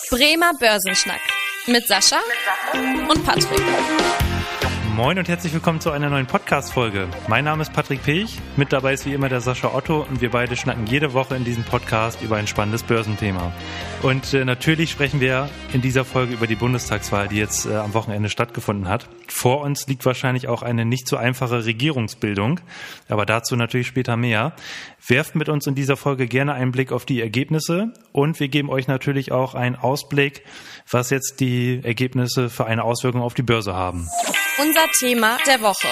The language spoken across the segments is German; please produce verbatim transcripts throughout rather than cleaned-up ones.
Bremer Börsenschnack mit Sascha und Patrick. Moin und herzlich willkommen zu einer neuen Podcast-Folge. Mein Name ist Patrick Pech, mit dabei ist wie immer der Sascha Otto und wir beide schnacken jede Woche in diesem Podcast über ein spannendes Börsenthema. Und äh, natürlich sprechen wir in dieser Folge über die Bundestagswahl, die jetzt äh, am Wochenende stattgefunden hat. Vor uns liegt wahrscheinlich auch eine nicht so einfache Regierungsbildung, aber dazu natürlich später mehr. Werft mit uns in dieser Folge gerne einen Blick auf die Ergebnisse und wir geben euch natürlich auch einen Ausblick, was jetzt die Ergebnisse für eine Auswirkung auf die Börse haben. Unser Thema der Woche.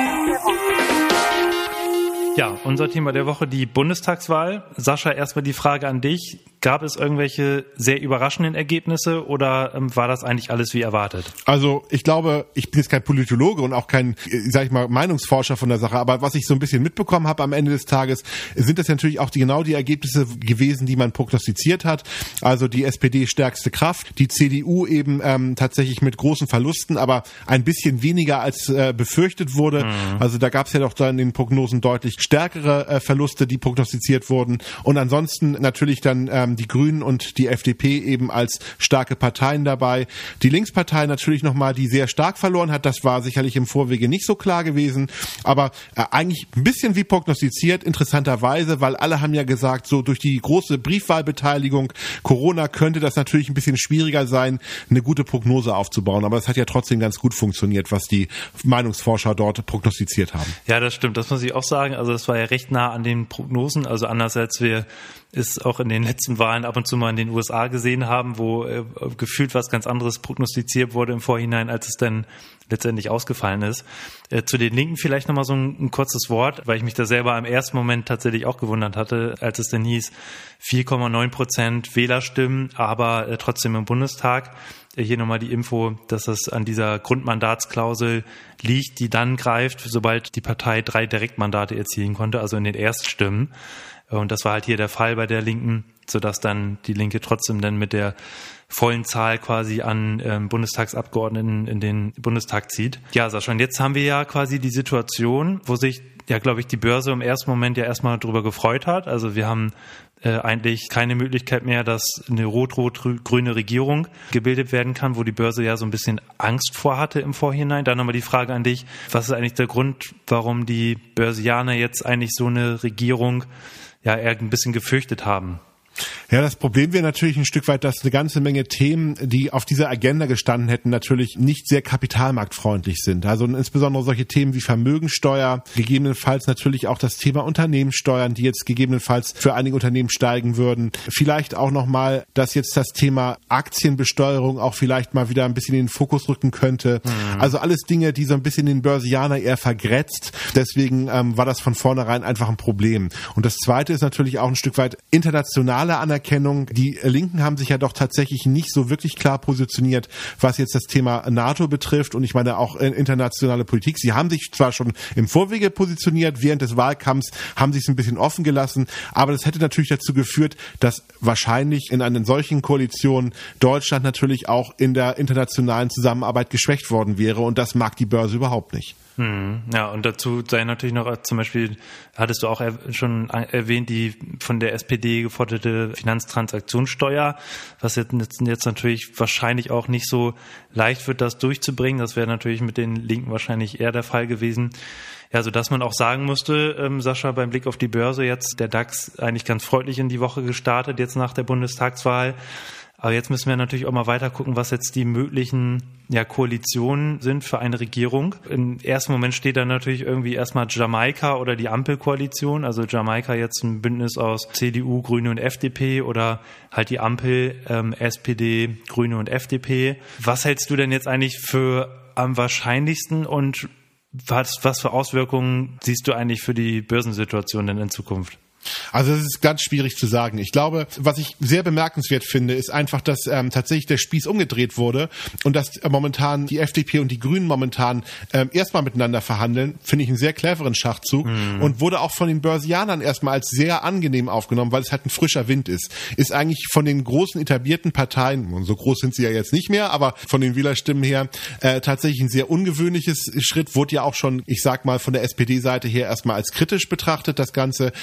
Ja, unser Thema der Woche, die Bundestagswahl. Sascha, erstmal die Frage an dich. Gab es irgendwelche sehr überraschenden Ergebnisse oder ähm, war das eigentlich alles wie erwartet? Also ich glaube, ich bin jetzt kein Politologe und auch kein, sag ich mal, Meinungsforscher von der Sache, aber was ich so ein bisschen mitbekommen habe am Ende des Tages, sind das natürlich auch die, genau die Ergebnisse gewesen, die man prognostiziert hat. Also die S P D stärkste Kraft, die C D U eben ähm, tatsächlich mit großen Verlusten, aber ein bisschen weniger als äh, befürchtet wurde. Mhm. Also da gab es ja doch dann in den Prognosen deutlich stärkere äh, Verluste, die prognostiziert wurden. Und ansonsten natürlich dann ähm, die Grünen und die F D P eben als starke Parteien dabei. Die Linkspartei natürlich nochmal, die sehr stark verloren hat. Das war sicherlich im Vorwege nicht so klar gewesen. Aber äh, eigentlich ein bisschen wie prognostiziert, interessanterweise, weil alle haben ja gesagt, so durch die große Briefwahlbeteiligung Corona könnte das natürlich ein bisschen schwieriger sein, eine gute Prognose aufzubauen. Aber es hat ja trotzdem ganz gut funktioniert, was die Meinungsforscher dort prognostiziert haben. Ja, das stimmt. Das muss ich auch sagen. Also das war ja recht nah an den Prognosen. Also anders als wir es auch in den letzten Wahlen ab und zu mal in den U S A gesehen haben, wo äh, gefühlt was ganz anderes prognostiziert wurde im Vorhinein, als es dann letztendlich ausgefallen ist. Äh, zu den Linken vielleicht nochmal so ein, ein kurzes Wort, weil ich mich da selber im ersten Moment tatsächlich auch gewundert hatte, als es dann hieß, vier Komma neun Prozent Wählerstimmen, aber äh, trotzdem im Bundestag. Äh, hier nochmal die Info, dass es an dieser Grundmandatsklausel liegt, die dann greift, sobald die Partei drei Direktmandate erzielen konnte, also in den Erststimmen. Und das war halt hier der Fall bei der Linken, sodass dann die Linke trotzdem dann mit der vollen Zahl quasi an ähm, Bundestagsabgeordneten in den Bundestag zieht. Ja, Sascha, und jetzt haben wir ja quasi die Situation, wo sich, ja, glaube ich, die Börse im ersten Moment ja erstmal darüber gefreut hat. Also wir haben äh, eigentlich keine Möglichkeit mehr, dass eine rot-rot-grüne Regierung gebildet werden kann, wo die Börse ja so ein bisschen Angst vor hatte im Vorhinein. Dann nochmal die Frage an dich, was ist eigentlich der Grund, warum die Börsianer jetzt eigentlich so eine Regierung ja eher ein bisschen gefürchtet haben? Ja, das Problem wäre natürlich ein Stück weit, dass eine ganze Menge Themen, die auf dieser Agenda gestanden hätten, natürlich nicht sehr kapitalmarktfreundlich sind. Also insbesondere solche Themen wie Vermögensteuer, gegebenenfalls natürlich auch das Thema Unternehmenssteuern, die jetzt gegebenenfalls für einige Unternehmen steigen würden. Vielleicht auch nochmal, dass jetzt das Thema Aktienbesteuerung auch vielleicht mal wieder ein bisschen in den Fokus rücken könnte. Mhm. Also alles Dinge, die so ein bisschen den Börsianer eher vergrätzt. Deswegen ähm, war das von vornherein einfach ein Problem. Und das Zweite ist natürlich auch ein Stück weit international Anerkennung. Die Linken haben sich ja doch tatsächlich nicht so wirklich klar positioniert, was jetzt das Thema NATO betrifft und ich meine auch internationale Politik. Sie haben sich zwar schon im Vorwege positioniert, während des Wahlkampfs haben sie es ein bisschen offen gelassen, aber das hätte natürlich dazu geführt, dass wahrscheinlich in einer solchen Koalition Deutschland natürlich auch in der internationalen Zusammenarbeit geschwächt worden wäre und das mag die Börse überhaupt nicht. Hm, ja, und dazu sei natürlich noch, zum Beispiel, hattest du auch schon erwähnt, die von der S P D geforderte Finanztransaktionssteuer, was jetzt, jetzt natürlich wahrscheinlich auch nicht so leicht wird, das durchzubringen. Das wäre natürlich mit den Linken wahrscheinlich eher der Fall gewesen. Ja, so dass man auch sagen musste, ähm, Sascha, beim Blick auf die Börse jetzt, der DAX eigentlich ganz freundlich in die Woche gestartet, jetzt nach der Bundestagswahl. Aber jetzt müssen wir natürlich auch mal weiter gucken, was jetzt die möglichen ja, Koalitionen sind für eine Regierung. Im ersten Moment steht da natürlich irgendwie erstmal Jamaika oder die Ampelkoalition. Also Jamaika jetzt ein Bündnis aus C D U, Grüne und F D P oder halt die Ampel, ähm, S P D, Grüne und F D P. Was hältst du denn jetzt eigentlich für am wahrscheinlichsten und was, was für Auswirkungen siehst du eigentlich für die Börsensituation denn in Zukunft? Also das ist ganz schwierig zu sagen. Ich glaube, was ich sehr bemerkenswert finde, ist einfach, dass ähm, tatsächlich der Spieß umgedreht wurde und dass äh, momentan die F D P und die Grünen momentan ähm, erstmal miteinander verhandeln. Finde ich einen sehr cleveren Schachzug mhm. und wurde auch von den Börsianern erstmal als sehr angenehm aufgenommen, weil es halt ein frischer Wind ist. Ist eigentlich von den großen etablierten Parteien, und so groß sind sie ja jetzt nicht mehr, aber von den Wählerstimmen her äh, tatsächlich ein sehr ungewöhnliches Schritt. Wurde ja auch schon, ich sag mal, von der S P D-Seite her erstmal als kritisch betrachtet, das Ganze. Aber ich finde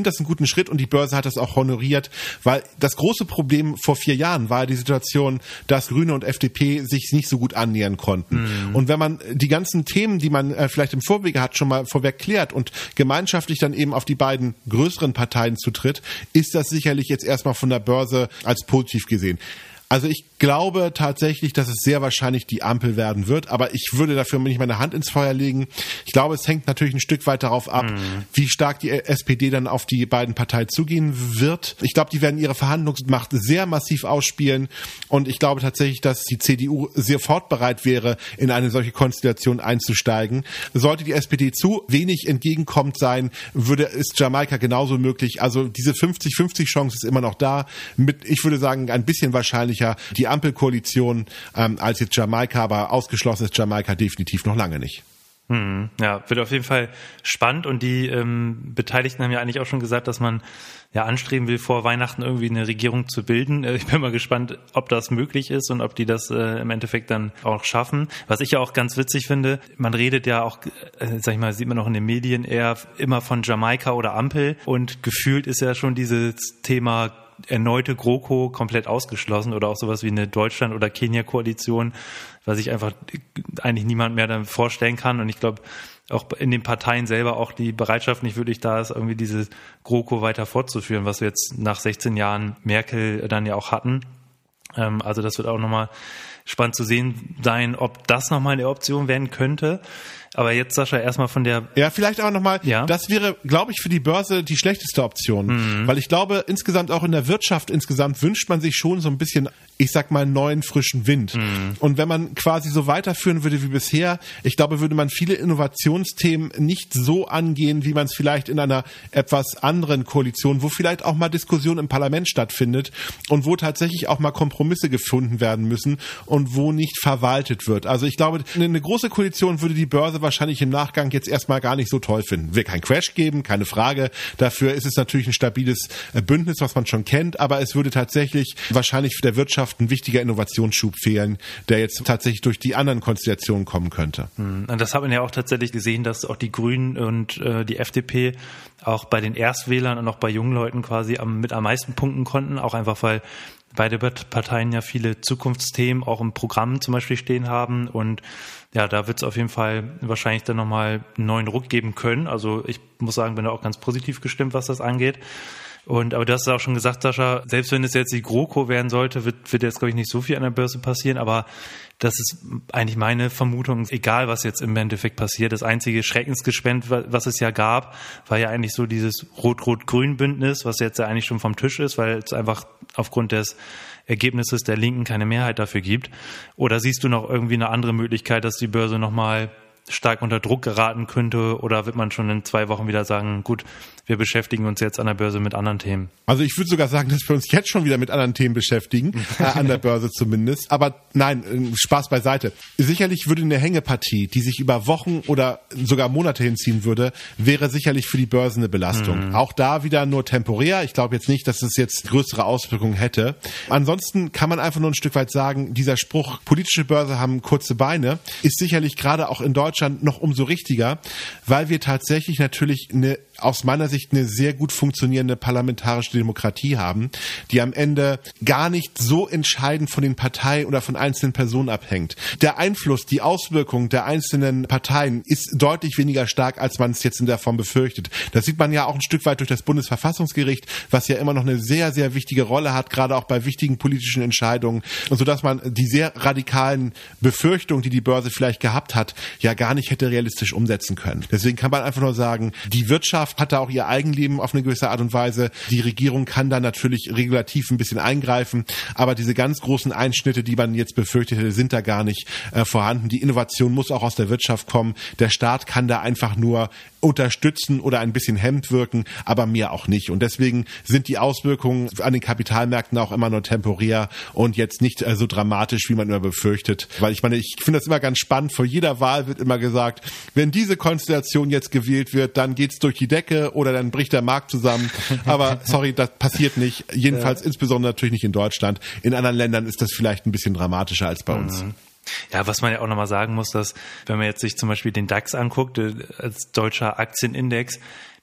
finde das einen guten Schritt und die Börse hat das auch honoriert, weil das große Problem vor vier Jahren war die Situation, dass Grüne und F D P sich nicht so gut annähern konnten. Mhm. Und wenn man die ganzen Themen, die man äh, vielleicht im Vorwege hat, schon mal vorweg klärt und gemeinschaftlich dann eben auf die beiden größeren Parteien zutritt, ist das sicherlich jetzt erstmal von der Börse als positiv gesehen. Also ich glaube tatsächlich, dass es sehr wahrscheinlich die Ampel werden wird, aber ich würde dafür nicht meine Hand ins Feuer legen. Ich glaube, es hängt natürlich ein Stück weit darauf ab, mhm. wie stark die S P D dann auf die beiden Parteien zugehen wird. Ich glaube, die werden ihre Verhandlungsmacht sehr massiv ausspielen und ich glaube tatsächlich, dass die C D U sofort bereit wäre, in eine solche Konstellation einzusteigen. Sollte die S P D zu wenig entgegenkommend sein, würde ist Jamaika genauso möglich. Also diese fünfzig fünfzig Chance ist immer noch da. Mit, ich würde sagen, ein bisschen wahrscheinlicher die Ampelkoalition ähm, als jetzt Jamaika, aber ausgeschlossen ist Jamaika definitiv noch lange nicht. Hm, ja, wird auf jeden Fall spannend und die ähm, Beteiligten haben ja eigentlich auch schon gesagt, dass man ja anstreben will, vor Weihnachten irgendwie eine Regierung zu bilden. Ich bin mal gespannt, ob das möglich ist und ob die das äh, im Endeffekt dann auch schaffen. Was ich ja auch ganz witzig finde, man redet ja auch, äh, sag ich mal, sieht man auch in den Medien eher immer von Jamaika oder Ampel und gefühlt ist ja schon dieses Thema erneute GroKo komplett ausgeschlossen oder auch sowas wie eine Deutschland- oder Kenia-Koalition, was sich einfach eigentlich niemand mehr dann vorstellen kann. Und ich glaube, auch in den Parteien selber auch die Bereitschaft nicht wirklich da ist, irgendwie diese GroKo weiter fortzuführen, was wir jetzt nach sechzehn Jahren Merkel dann ja auch hatten. Ähm, also das wird auch nochmal spannend zu sehen sein, ob das nochmal eine Option werden könnte. Aber jetzt, Sascha, erstmal von der... Ja, vielleicht aber nochmal, ja? Das wäre, glaube ich, für die Börse die schlechteste Option. Mhm. Weil ich glaube, insgesamt auch in der Wirtschaft insgesamt wünscht man sich schon so ein bisschen, ich sag mal, neuen, frischen Wind. Mhm. Und wenn man quasi so weiterführen würde wie bisher, ich glaube, würde man viele Innovationsthemen nicht so angehen, wie man es vielleicht in einer etwas anderen Koalition, wo vielleicht auch mal Diskussion im Parlament stattfindet und wo tatsächlich auch mal Kompromisse gefunden werden müssen und wo nicht verwaltet wird. Also ich glaube, eine große Koalition würde die Börse wahrscheinlich im Nachgang jetzt erstmal gar nicht so toll finden. Wird kein Crash geben, keine Frage. Dafür ist es natürlich ein stabiles Bündnis, was man schon kennt, aber es würde tatsächlich wahrscheinlich für der Wirtschaft ein wichtiger Innovationsschub fehlen, der jetzt tatsächlich durch die anderen Konstellationen kommen könnte. Und das hat man ja auch tatsächlich gesehen, dass auch die Grünen und äh, die F D P auch bei den Erstwählern und auch bei jungen Leuten quasi am, mit am meisten punkten konnten, auch einfach weil beide Parteien ja viele Zukunftsthemen auch im Programm zum Beispiel stehen haben und ja, da wird es auf jeden Fall wahrscheinlich dann nochmal einen neuen Ruck geben können. Also ich muss sagen, bin da auch ganz positiv gestimmt, was das angeht. Und aber du hast es auch schon gesagt, Sascha, selbst wenn es jetzt die GroKo werden sollte, wird, wird jetzt, glaube ich, nicht so viel an der Börse passieren, aber das ist eigentlich meine Vermutung, egal was jetzt im Endeffekt passiert. Das einzige Schreckensgespenst, was es ja gab, war ja eigentlich so dieses Rot-Rot-Grün-Bündnis, was jetzt ja eigentlich schon vom Tisch ist, weil es einfach aufgrund des Ergebnisses der Linken keine Mehrheit dafür gibt. Oder siehst du noch irgendwie eine andere Möglichkeit, dass die Börse nochmal stark unter Druck geraten könnte, oder wird man schon in zwei Wochen wieder sagen, gut, wir beschäftigen uns jetzt an der Börse mit anderen Themen? Also ich würde sogar sagen, dass wir uns jetzt schon wieder mit anderen Themen beschäftigen, äh, an der Börse zumindest. Aber nein, Spaß beiseite. Sicherlich würde eine Hängepartie, die sich über Wochen oder sogar Monate hinziehen würde, wäre sicherlich für die Börse eine Belastung. Mhm. Auch da wieder nur temporär. Ich glaube jetzt nicht, dass es jetzt größere Auswirkungen hätte. Ansonsten kann man einfach nur ein Stück weit sagen, dieser Spruch, politische Börse haben kurze Beine, ist sicherlich gerade auch in Deutschland noch umso richtiger, weil wir tatsächlich natürlich eine, aus meiner Sicht eine sehr gut funktionierende parlamentarische Demokratie haben, die am Ende gar nicht so entscheidend von den Parteien oder von einzelnen Personen abhängt. Der Einfluss, die Auswirkung der einzelnen Parteien ist deutlich weniger stark, als man es jetzt in der Form befürchtet. Das sieht man ja auch ein Stück weit durch das Bundesverfassungsgericht, was ja immer noch eine sehr, sehr wichtige Rolle hat, gerade auch bei wichtigen politischen Entscheidungen, und so dass man die sehr radikalen Befürchtungen, die die Börse vielleicht gehabt hat, ja gar nicht hätte realistisch umsetzen können. Deswegen kann man einfach nur sagen, die Wirtschaft hat da auch ihr Eigenleben auf eine gewisse Art und Weise. Die Regierung kann da natürlich regulativ ein bisschen eingreifen, aber diese ganz großen Einschnitte, die man jetzt befürchtet hätte, sind da gar nicht äh, vorhanden. Die Innovation muss auch aus der Wirtschaft kommen. Der Staat kann da einfach nur unterstützen oder ein bisschen hemmend wirken, aber mehr auch nicht. Und deswegen sind die Auswirkungen an den Kapitalmärkten auch immer nur temporär und jetzt nicht äh, so dramatisch, wie man immer befürchtet. Weil ich meine, ich finde das immer ganz spannend. Vor jeder Wahl wird immer gesagt, wenn diese Konstellation jetzt gewählt wird, dann geht's durch die Decke oder dann bricht der Markt zusammen. Aber sorry, das passiert nicht. Jedenfalls ja. Insbesondere natürlich nicht in Deutschland. In anderen Ländern ist das vielleicht ein bisschen dramatischer als bei uns. Mhm. Ja, was man ja auch nochmal sagen muss, dass wenn man jetzt sich zum Beispiel den DAX anguckt, als deutscher Aktienindex,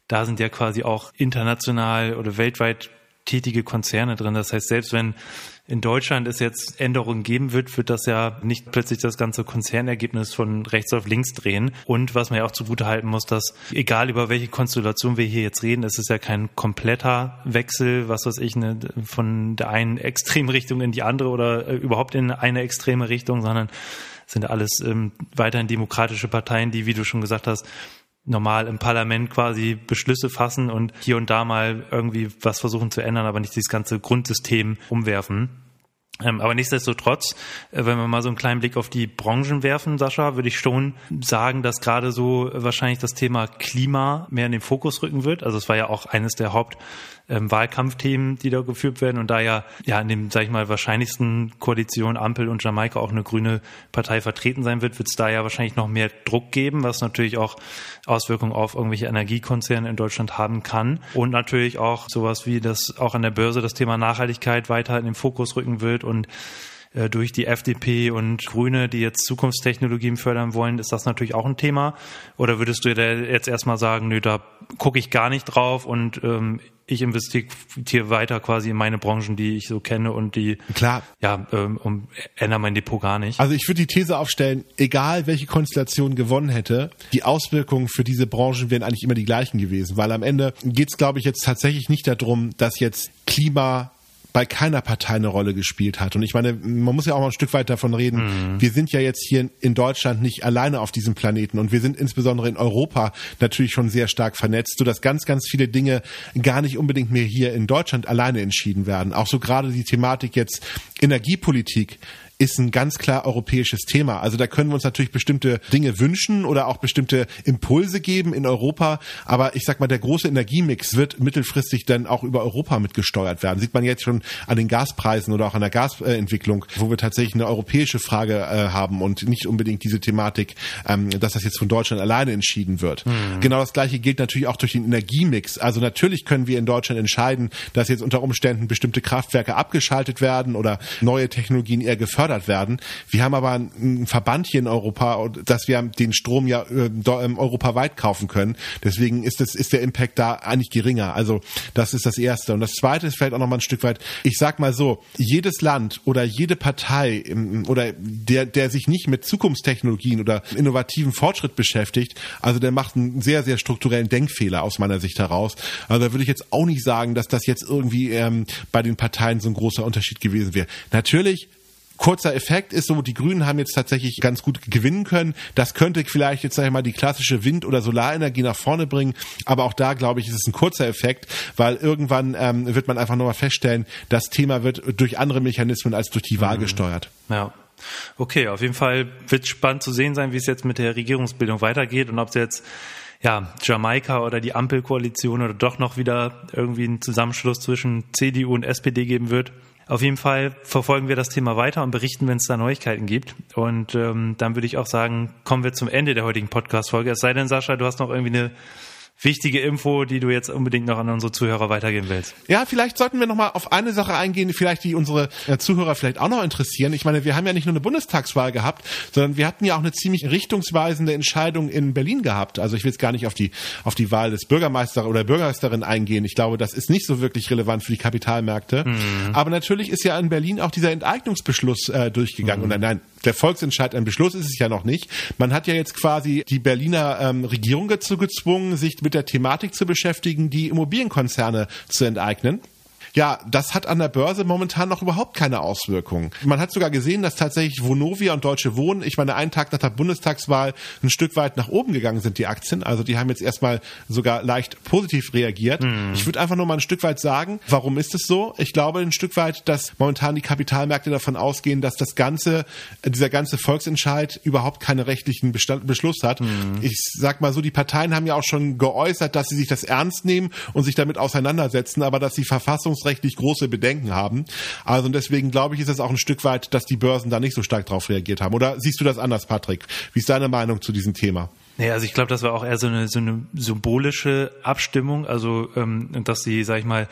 da sind ja quasi auch international oder weltweit tätige Konzerne drin. Das heißt, selbst wenn in Deutschland es jetzt Änderungen geben wird, wird das ja nicht plötzlich das ganze Konzernergebnis von rechts auf links drehen. Und was man ja auch zugutehalten muss, dass egal über welche Konstellation wir hier jetzt reden, es ist ja kein kompletter Wechsel, was weiß ich, ne, von der einen Extremrichtung in die andere oder äh, überhaupt in eine extreme Richtung, sondern es sind alles ähm, weiterhin demokratische Parteien, die, wie du schon gesagt hast, normal im Parlament quasi Beschlüsse fassen und hier und da mal irgendwie was versuchen zu ändern, aber nicht dieses ganze Grundsystem umwerfen. Ähm, aber nichtsdestotrotz, äh, wenn wir mal so einen kleinen Blick auf die Branchen werfen, Sascha, würde ich schon sagen, dass gerade so wahrscheinlich das Thema Klima mehr in den Fokus rücken wird. Also es war ja auch eines der Haupt ähm, Wahlkampfthemen, die da geführt werden. Und da ja, ja in dem, sag ich mal, wahrscheinlichsten Koalition Ampel und Jamaika auch eine grüne Partei vertreten sein wird, wird es da ja wahrscheinlich noch mehr Druck geben, was natürlich auch Auswirkungen auf irgendwelche Energiekonzerne in Deutschland haben kann. Und natürlich auch sowas wie das auch an der Börse das Thema Nachhaltigkeit weiter in den Fokus rücken wird. Und äh, durch die F D P und Grüne, die jetzt Zukunftstechnologien fördern wollen, ist das natürlich auch ein Thema. Oder würdest du jetzt erstmal sagen, nö, da gucke ich gar nicht drauf und ähm, ich investiere weiter quasi in meine Branchen, die ich so kenne und die, klar, ja, ähm, um, ändere mein Depot gar nicht. Also ich würde die These aufstellen, egal welche Konstellation gewonnen hätte, die Auswirkungen für diese Branchen wären eigentlich immer die gleichen gewesen, weil am Ende geht es, glaube ich, jetzt tatsächlich nicht darum, dass jetzt Klima bei keiner Partei eine Rolle gespielt hat. Und ich meine, man muss ja auch mal ein Stück weit davon reden, mhm. wir sind ja jetzt hier in Deutschland nicht alleine auf diesem Planeten und wir sind insbesondere in Europa natürlich schon sehr stark vernetzt, sodass ganz, ganz viele Dinge gar nicht unbedingt mehr hier in Deutschland alleine entschieden werden. Auch so gerade die Thematik jetzt Energiepolitik ist ein ganz klar europäisches Thema. Also da können wir uns natürlich bestimmte Dinge wünschen oder auch bestimmte Impulse geben in Europa. Aber ich sag mal, der große Energiemix wird mittelfristig dann auch über Europa mitgesteuert werden. Sieht man jetzt schon an den Gaspreisen oder auch an der Gasentwicklung, wo wir tatsächlich eine europäische Frage äh, haben und nicht unbedingt diese Thematik, ähm, dass das jetzt von Deutschland alleine entschieden wird. Mhm. Genau das Gleiche gilt natürlich auch durch den Energiemix. Also natürlich können wir in Deutschland entscheiden, dass jetzt unter Umständen bestimmte Kraftwerke abgeschaltet werden oder neue Technologien eher gefördert werden. Wir haben aber einen Verband hier in Europa, dass wir den Strom ja äh, europaweit kaufen können. Deswegen ist das, ist der Impact da eigentlich geringer. Also das ist das Erste. Und das Zweite ist vielleicht auch noch mal ein Stück weit, ich sag mal so, jedes Land oder jede Partei oder der, der sich nicht mit Zukunftstechnologien oder innovativen Fortschritt beschäftigt, also der macht einen sehr, sehr strukturellen Denkfehler aus meiner Sicht heraus. Also da würde ich jetzt auch nicht sagen, dass das jetzt irgendwie ähm, bei den Parteien so ein großer Unterschied gewesen wäre. Natürlich, kurzer Effekt ist so, die Grünen haben jetzt tatsächlich ganz gut gewinnen können. Das könnte vielleicht jetzt, sag ich mal, die klassische Wind- oder Solarenergie nach vorne bringen. Aber auch da, glaube ich, ist es ein kurzer Effekt, weil irgendwann ähm, wird man einfach nochmal feststellen, das Thema wird durch andere Mechanismen als durch die Wahl gesteuert. Ja. Okay, auf jeden Fall wird spannend zu sehen sein, wie es jetzt mit der Regierungsbildung weitergeht und ob es jetzt ja, Jamaika oder die Ampelkoalition oder doch noch wieder irgendwie einen Zusammenschluss zwischen C D U und S P D geben wird. Auf jeden Fall verfolgen wir das Thema weiter und berichten, wenn es da Neuigkeiten gibt. Und ähm, dann würde ich auch sagen, kommen wir zum Ende der heutigen Podcast-Folge. Es sei denn, Sascha, du hast noch irgendwie eine wichtige Info, die du jetzt unbedingt noch an unsere Zuhörer weitergeben willst. Ja, vielleicht sollten wir noch mal auf eine Sache eingehen, vielleicht die unsere äh, Zuhörer vielleicht auch noch interessieren. Ich meine, wir haben ja nicht nur eine Bundestagswahl gehabt, sondern wir hatten ja auch eine ziemlich richtungsweisende Entscheidung in Berlin gehabt. Also ich will jetzt gar nicht auf die auf die Wahl des Bürgermeisters oder Bürgermeisterin eingehen. Ich glaube, das ist nicht so wirklich relevant für die Kapitalmärkte. Mhm. Aber natürlich ist ja in Berlin auch dieser Enteignungsbeschluss äh, durchgegangen. Mhm. Und nein, der Volksentscheid, ein Beschluss ist es ja noch nicht. Man hat ja jetzt quasi die Berliner ähm, Regierung dazu gezwungen, sich mit der Thematik zu beschäftigen, die Immobilienkonzerne zu enteignen. Ja, das hat an der Börse momentan noch überhaupt keine Auswirkungen. Man hat sogar gesehen, dass tatsächlich Vonovia und Deutsche Wohnen, ich meine, einen Tag nach der Bundestagswahl ein Stück weit nach oben gegangen sind, die Aktien. Also die haben jetzt erstmal sogar leicht positiv reagiert. Mhm. Ich würde einfach nur mal ein Stück weit sagen, warum ist es so? Ich glaube ein Stück weit, dass momentan die Kapitalmärkte davon ausgehen, dass das ganze, dieser ganze Volksentscheid überhaupt keinen rechtlichen Bestand, Beschluss hat. Mhm. Ich sag mal so, die Parteien haben ja auch schon geäußert, dass sie sich das ernst nehmen und sich damit auseinandersetzen, aber dass die verfassungsrechtlich große Bedenken haben. Also deswegen glaube ich, ist es auch ein Stück weit, dass die Börsen da nicht so stark drauf reagiert haben. Oder siehst du das anders, Patrick? Wie ist deine Meinung zu diesem Thema? Nee, also ich glaube, das war auch eher so eine, so eine symbolische Abstimmung, also ähm, dass sie, sag ich mal,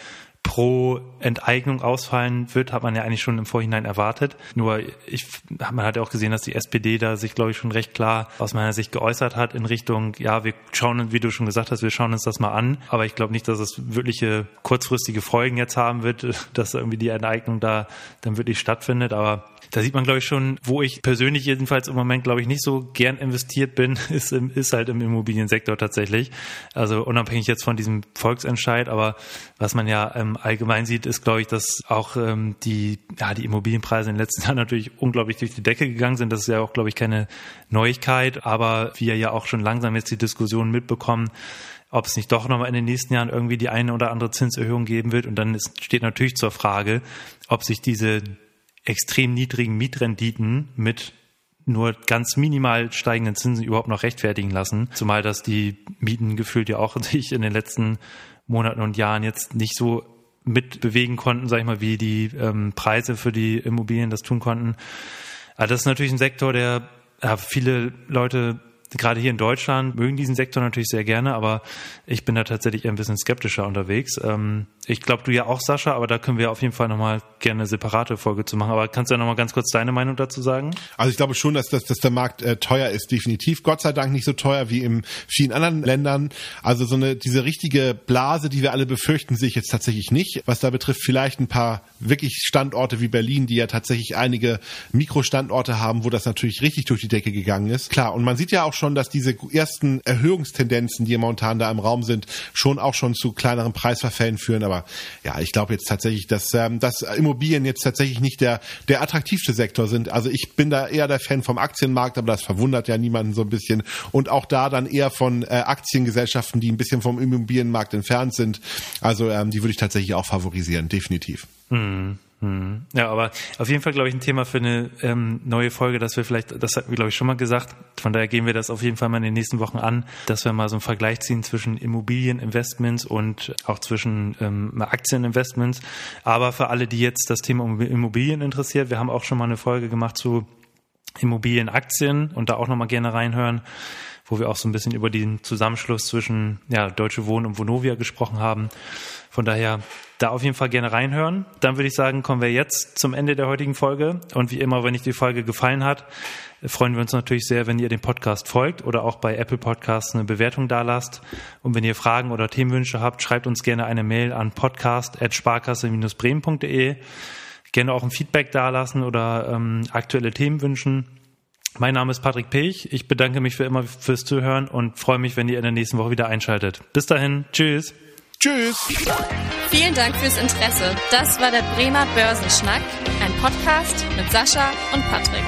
pro Enteignung ausfallen wird, hat man ja eigentlich schon im Vorhinein erwartet. Nur ich, man hat ja auch gesehen, dass die S P D da sich, glaube ich, schon recht klar aus meiner Sicht geäußert hat in Richtung, ja, wir schauen, wie du schon gesagt hast, wir schauen uns das mal an. Aber ich glaube nicht, dass es wirkliche kurzfristige Folgen jetzt haben wird, dass irgendwie die Enteignung da dann wirklich stattfindet. Aber da sieht man, glaube ich, schon, wo ich persönlich jedenfalls im Moment, glaube ich, nicht so gern investiert bin, ist, im, ist halt im Immobiliensektor tatsächlich. Also unabhängig jetzt von diesem Volksentscheid, aber was man ja ähm, allgemein sieht, ist, glaube ich, dass auch ähm, die, ja, die Immobilienpreise in den letzten Jahren natürlich unglaublich durch die Decke gegangen sind. Das ist ja auch, glaube ich, keine Neuigkeit, aber wir ja auch schon langsam jetzt die Diskussion mitbekommen, ob es nicht doch nochmal in den nächsten Jahren irgendwie die eine oder andere Zinserhöhung geben wird. Und dann ist, steht natürlich zur Frage, ob sich diese extrem niedrigen Mietrenditen mit nur ganz minimal steigenden Zinsen überhaupt noch rechtfertigen lassen. Zumal dass die Mieten gefühlt ja auch sich in den letzten Monaten und Jahren jetzt nicht so mitbewegen konnten, sag ich mal, wie die ähm, Preise für die Immobilien das tun konnten. Also das ist natürlich ein Sektor, der ja, viele Leute gerade hier in Deutschland mögen diesen Sektor natürlich sehr gerne, aber ich bin da tatsächlich eher ein bisschen skeptischer unterwegs. Ähm, ich glaube, du ja auch, Sascha, aber da können wir auf jeden Fall nochmal gerne eine separate Folge zu machen. Aber kannst du ja nochmal ganz kurz deine Meinung dazu sagen? Also ich glaube schon, dass, dass, dass der Markt äh, teuer ist, definitiv. Gott sei Dank nicht so teuer wie in vielen anderen Ländern. Also so eine diese richtige Blase, die wir alle befürchten, sehe ich jetzt tatsächlich nicht. Was da betrifft, vielleicht ein paar wirklich Standorte wie Berlin, die ja tatsächlich einige Mikrostandorte haben, wo das natürlich richtig durch die Decke gegangen ist. Klar, und man sieht ja auch schon, dass diese ersten Erhöhungstendenzen, die momentan da im Raum sind, schon auch schon zu kleineren Preisverfällen führen. Aber ja, ich glaube jetzt tatsächlich, dass, ähm, dass Immobilien jetzt tatsächlich nicht der, der attraktivste Sektor sind. Also ich bin da eher der Fan vom Aktienmarkt, aber das verwundert ja niemanden so ein bisschen. Und auch da dann eher von äh, Aktiengesellschaften, die ein bisschen vom Immobilienmarkt entfernt sind. Also ähm, die würde ich tatsächlich auch favorisieren, definitiv. Hm. Hm. Ja, aber auf jeden Fall, glaube ich, ein Thema für eine ähm, neue Folge, dass wir vielleicht, das hatten wir, glaube ich, schon mal gesagt, von daher gehen wir das auf jeden Fall mal in den nächsten Wochen an, dass wir mal so einen Vergleich ziehen zwischen Immobilieninvestments und auch zwischen ähm, Aktieninvestments. Aber für alle, die jetzt das Thema Immobilien interessiert, wir haben auch schon mal eine Folge gemacht zu Immobilienaktien und da auch nochmal gerne reinhören, wo wir auch so ein bisschen über den Zusammenschluss zwischen ja, Deutsche Wohnen und Vonovia gesprochen haben. Von daher da auf jeden Fall gerne reinhören. Dann würde ich sagen, kommen wir jetzt zum Ende der heutigen Folge. Und wie immer, wenn euch die Folge gefallen hat, freuen wir uns natürlich sehr, wenn ihr dem Podcast folgt oder auch bei Apple Podcasts eine Bewertung dalasst. Und wenn ihr Fragen oder Themenwünsche habt, schreibt uns gerne eine Mail an podcast at sparkasse Bindestrich bremen Punkt de. Gerne auch ein Feedback dalassen oder ähm, aktuelle Themen wünschen. Mein Name ist Patrick Pech. Ich bedanke mich für immer fürs Zuhören und freue mich, wenn ihr in der nächsten Woche wieder einschaltet. Bis dahin. Tschüss. Tschüss. Vielen Dank fürs Interesse. Das war der Bremer Börsenschnack, ein Podcast mit Sascha und Patrick.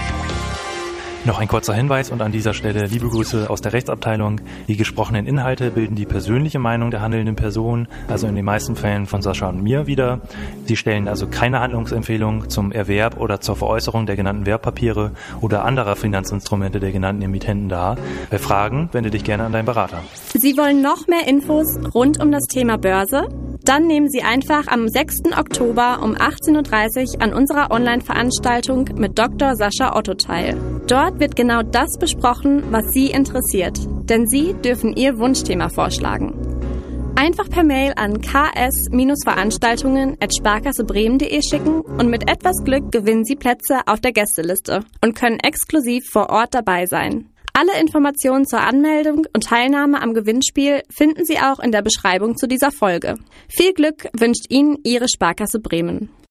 Noch ein kurzer Hinweis und an dieser Stelle liebe Grüße aus der Rechtsabteilung. Die gesprochenen Inhalte bilden die persönliche Meinung der handelnden Person, also in den meisten Fällen von Sascha und mir wider. Sie stellen also keine Handlungsempfehlung zum Erwerb oder zur Veräußerung der genannten Wertpapiere oder anderer Finanzinstrumente der genannten Emittenten dar. Bei Fragen wende dich gerne an deinen Berater. Sie wollen noch mehr Infos rund um das Thema Börse? Dann nehmen Sie einfach am sechsten Oktober um achtzehn Uhr dreißig an unserer Online-Veranstaltung mit Doktor Sascha Otto teil. Dort wird genau das besprochen, was Sie interessiert. Denn Sie dürfen Ihr Wunschthema vorschlagen. Einfach per Mail an k s Veranstaltungen at sparkasse bremen Punkt de schicken und mit etwas Glück gewinnen Sie Plätze auf der Gästeliste und können exklusiv vor Ort dabei sein. Alle Informationen zur Anmeldung und Teilnahme am Gewinnspiel finden Sie auch in der Beschreibung zu dieser Folge. Viel Glück wünscht Ihnen Ihre Sparkasse Bremen.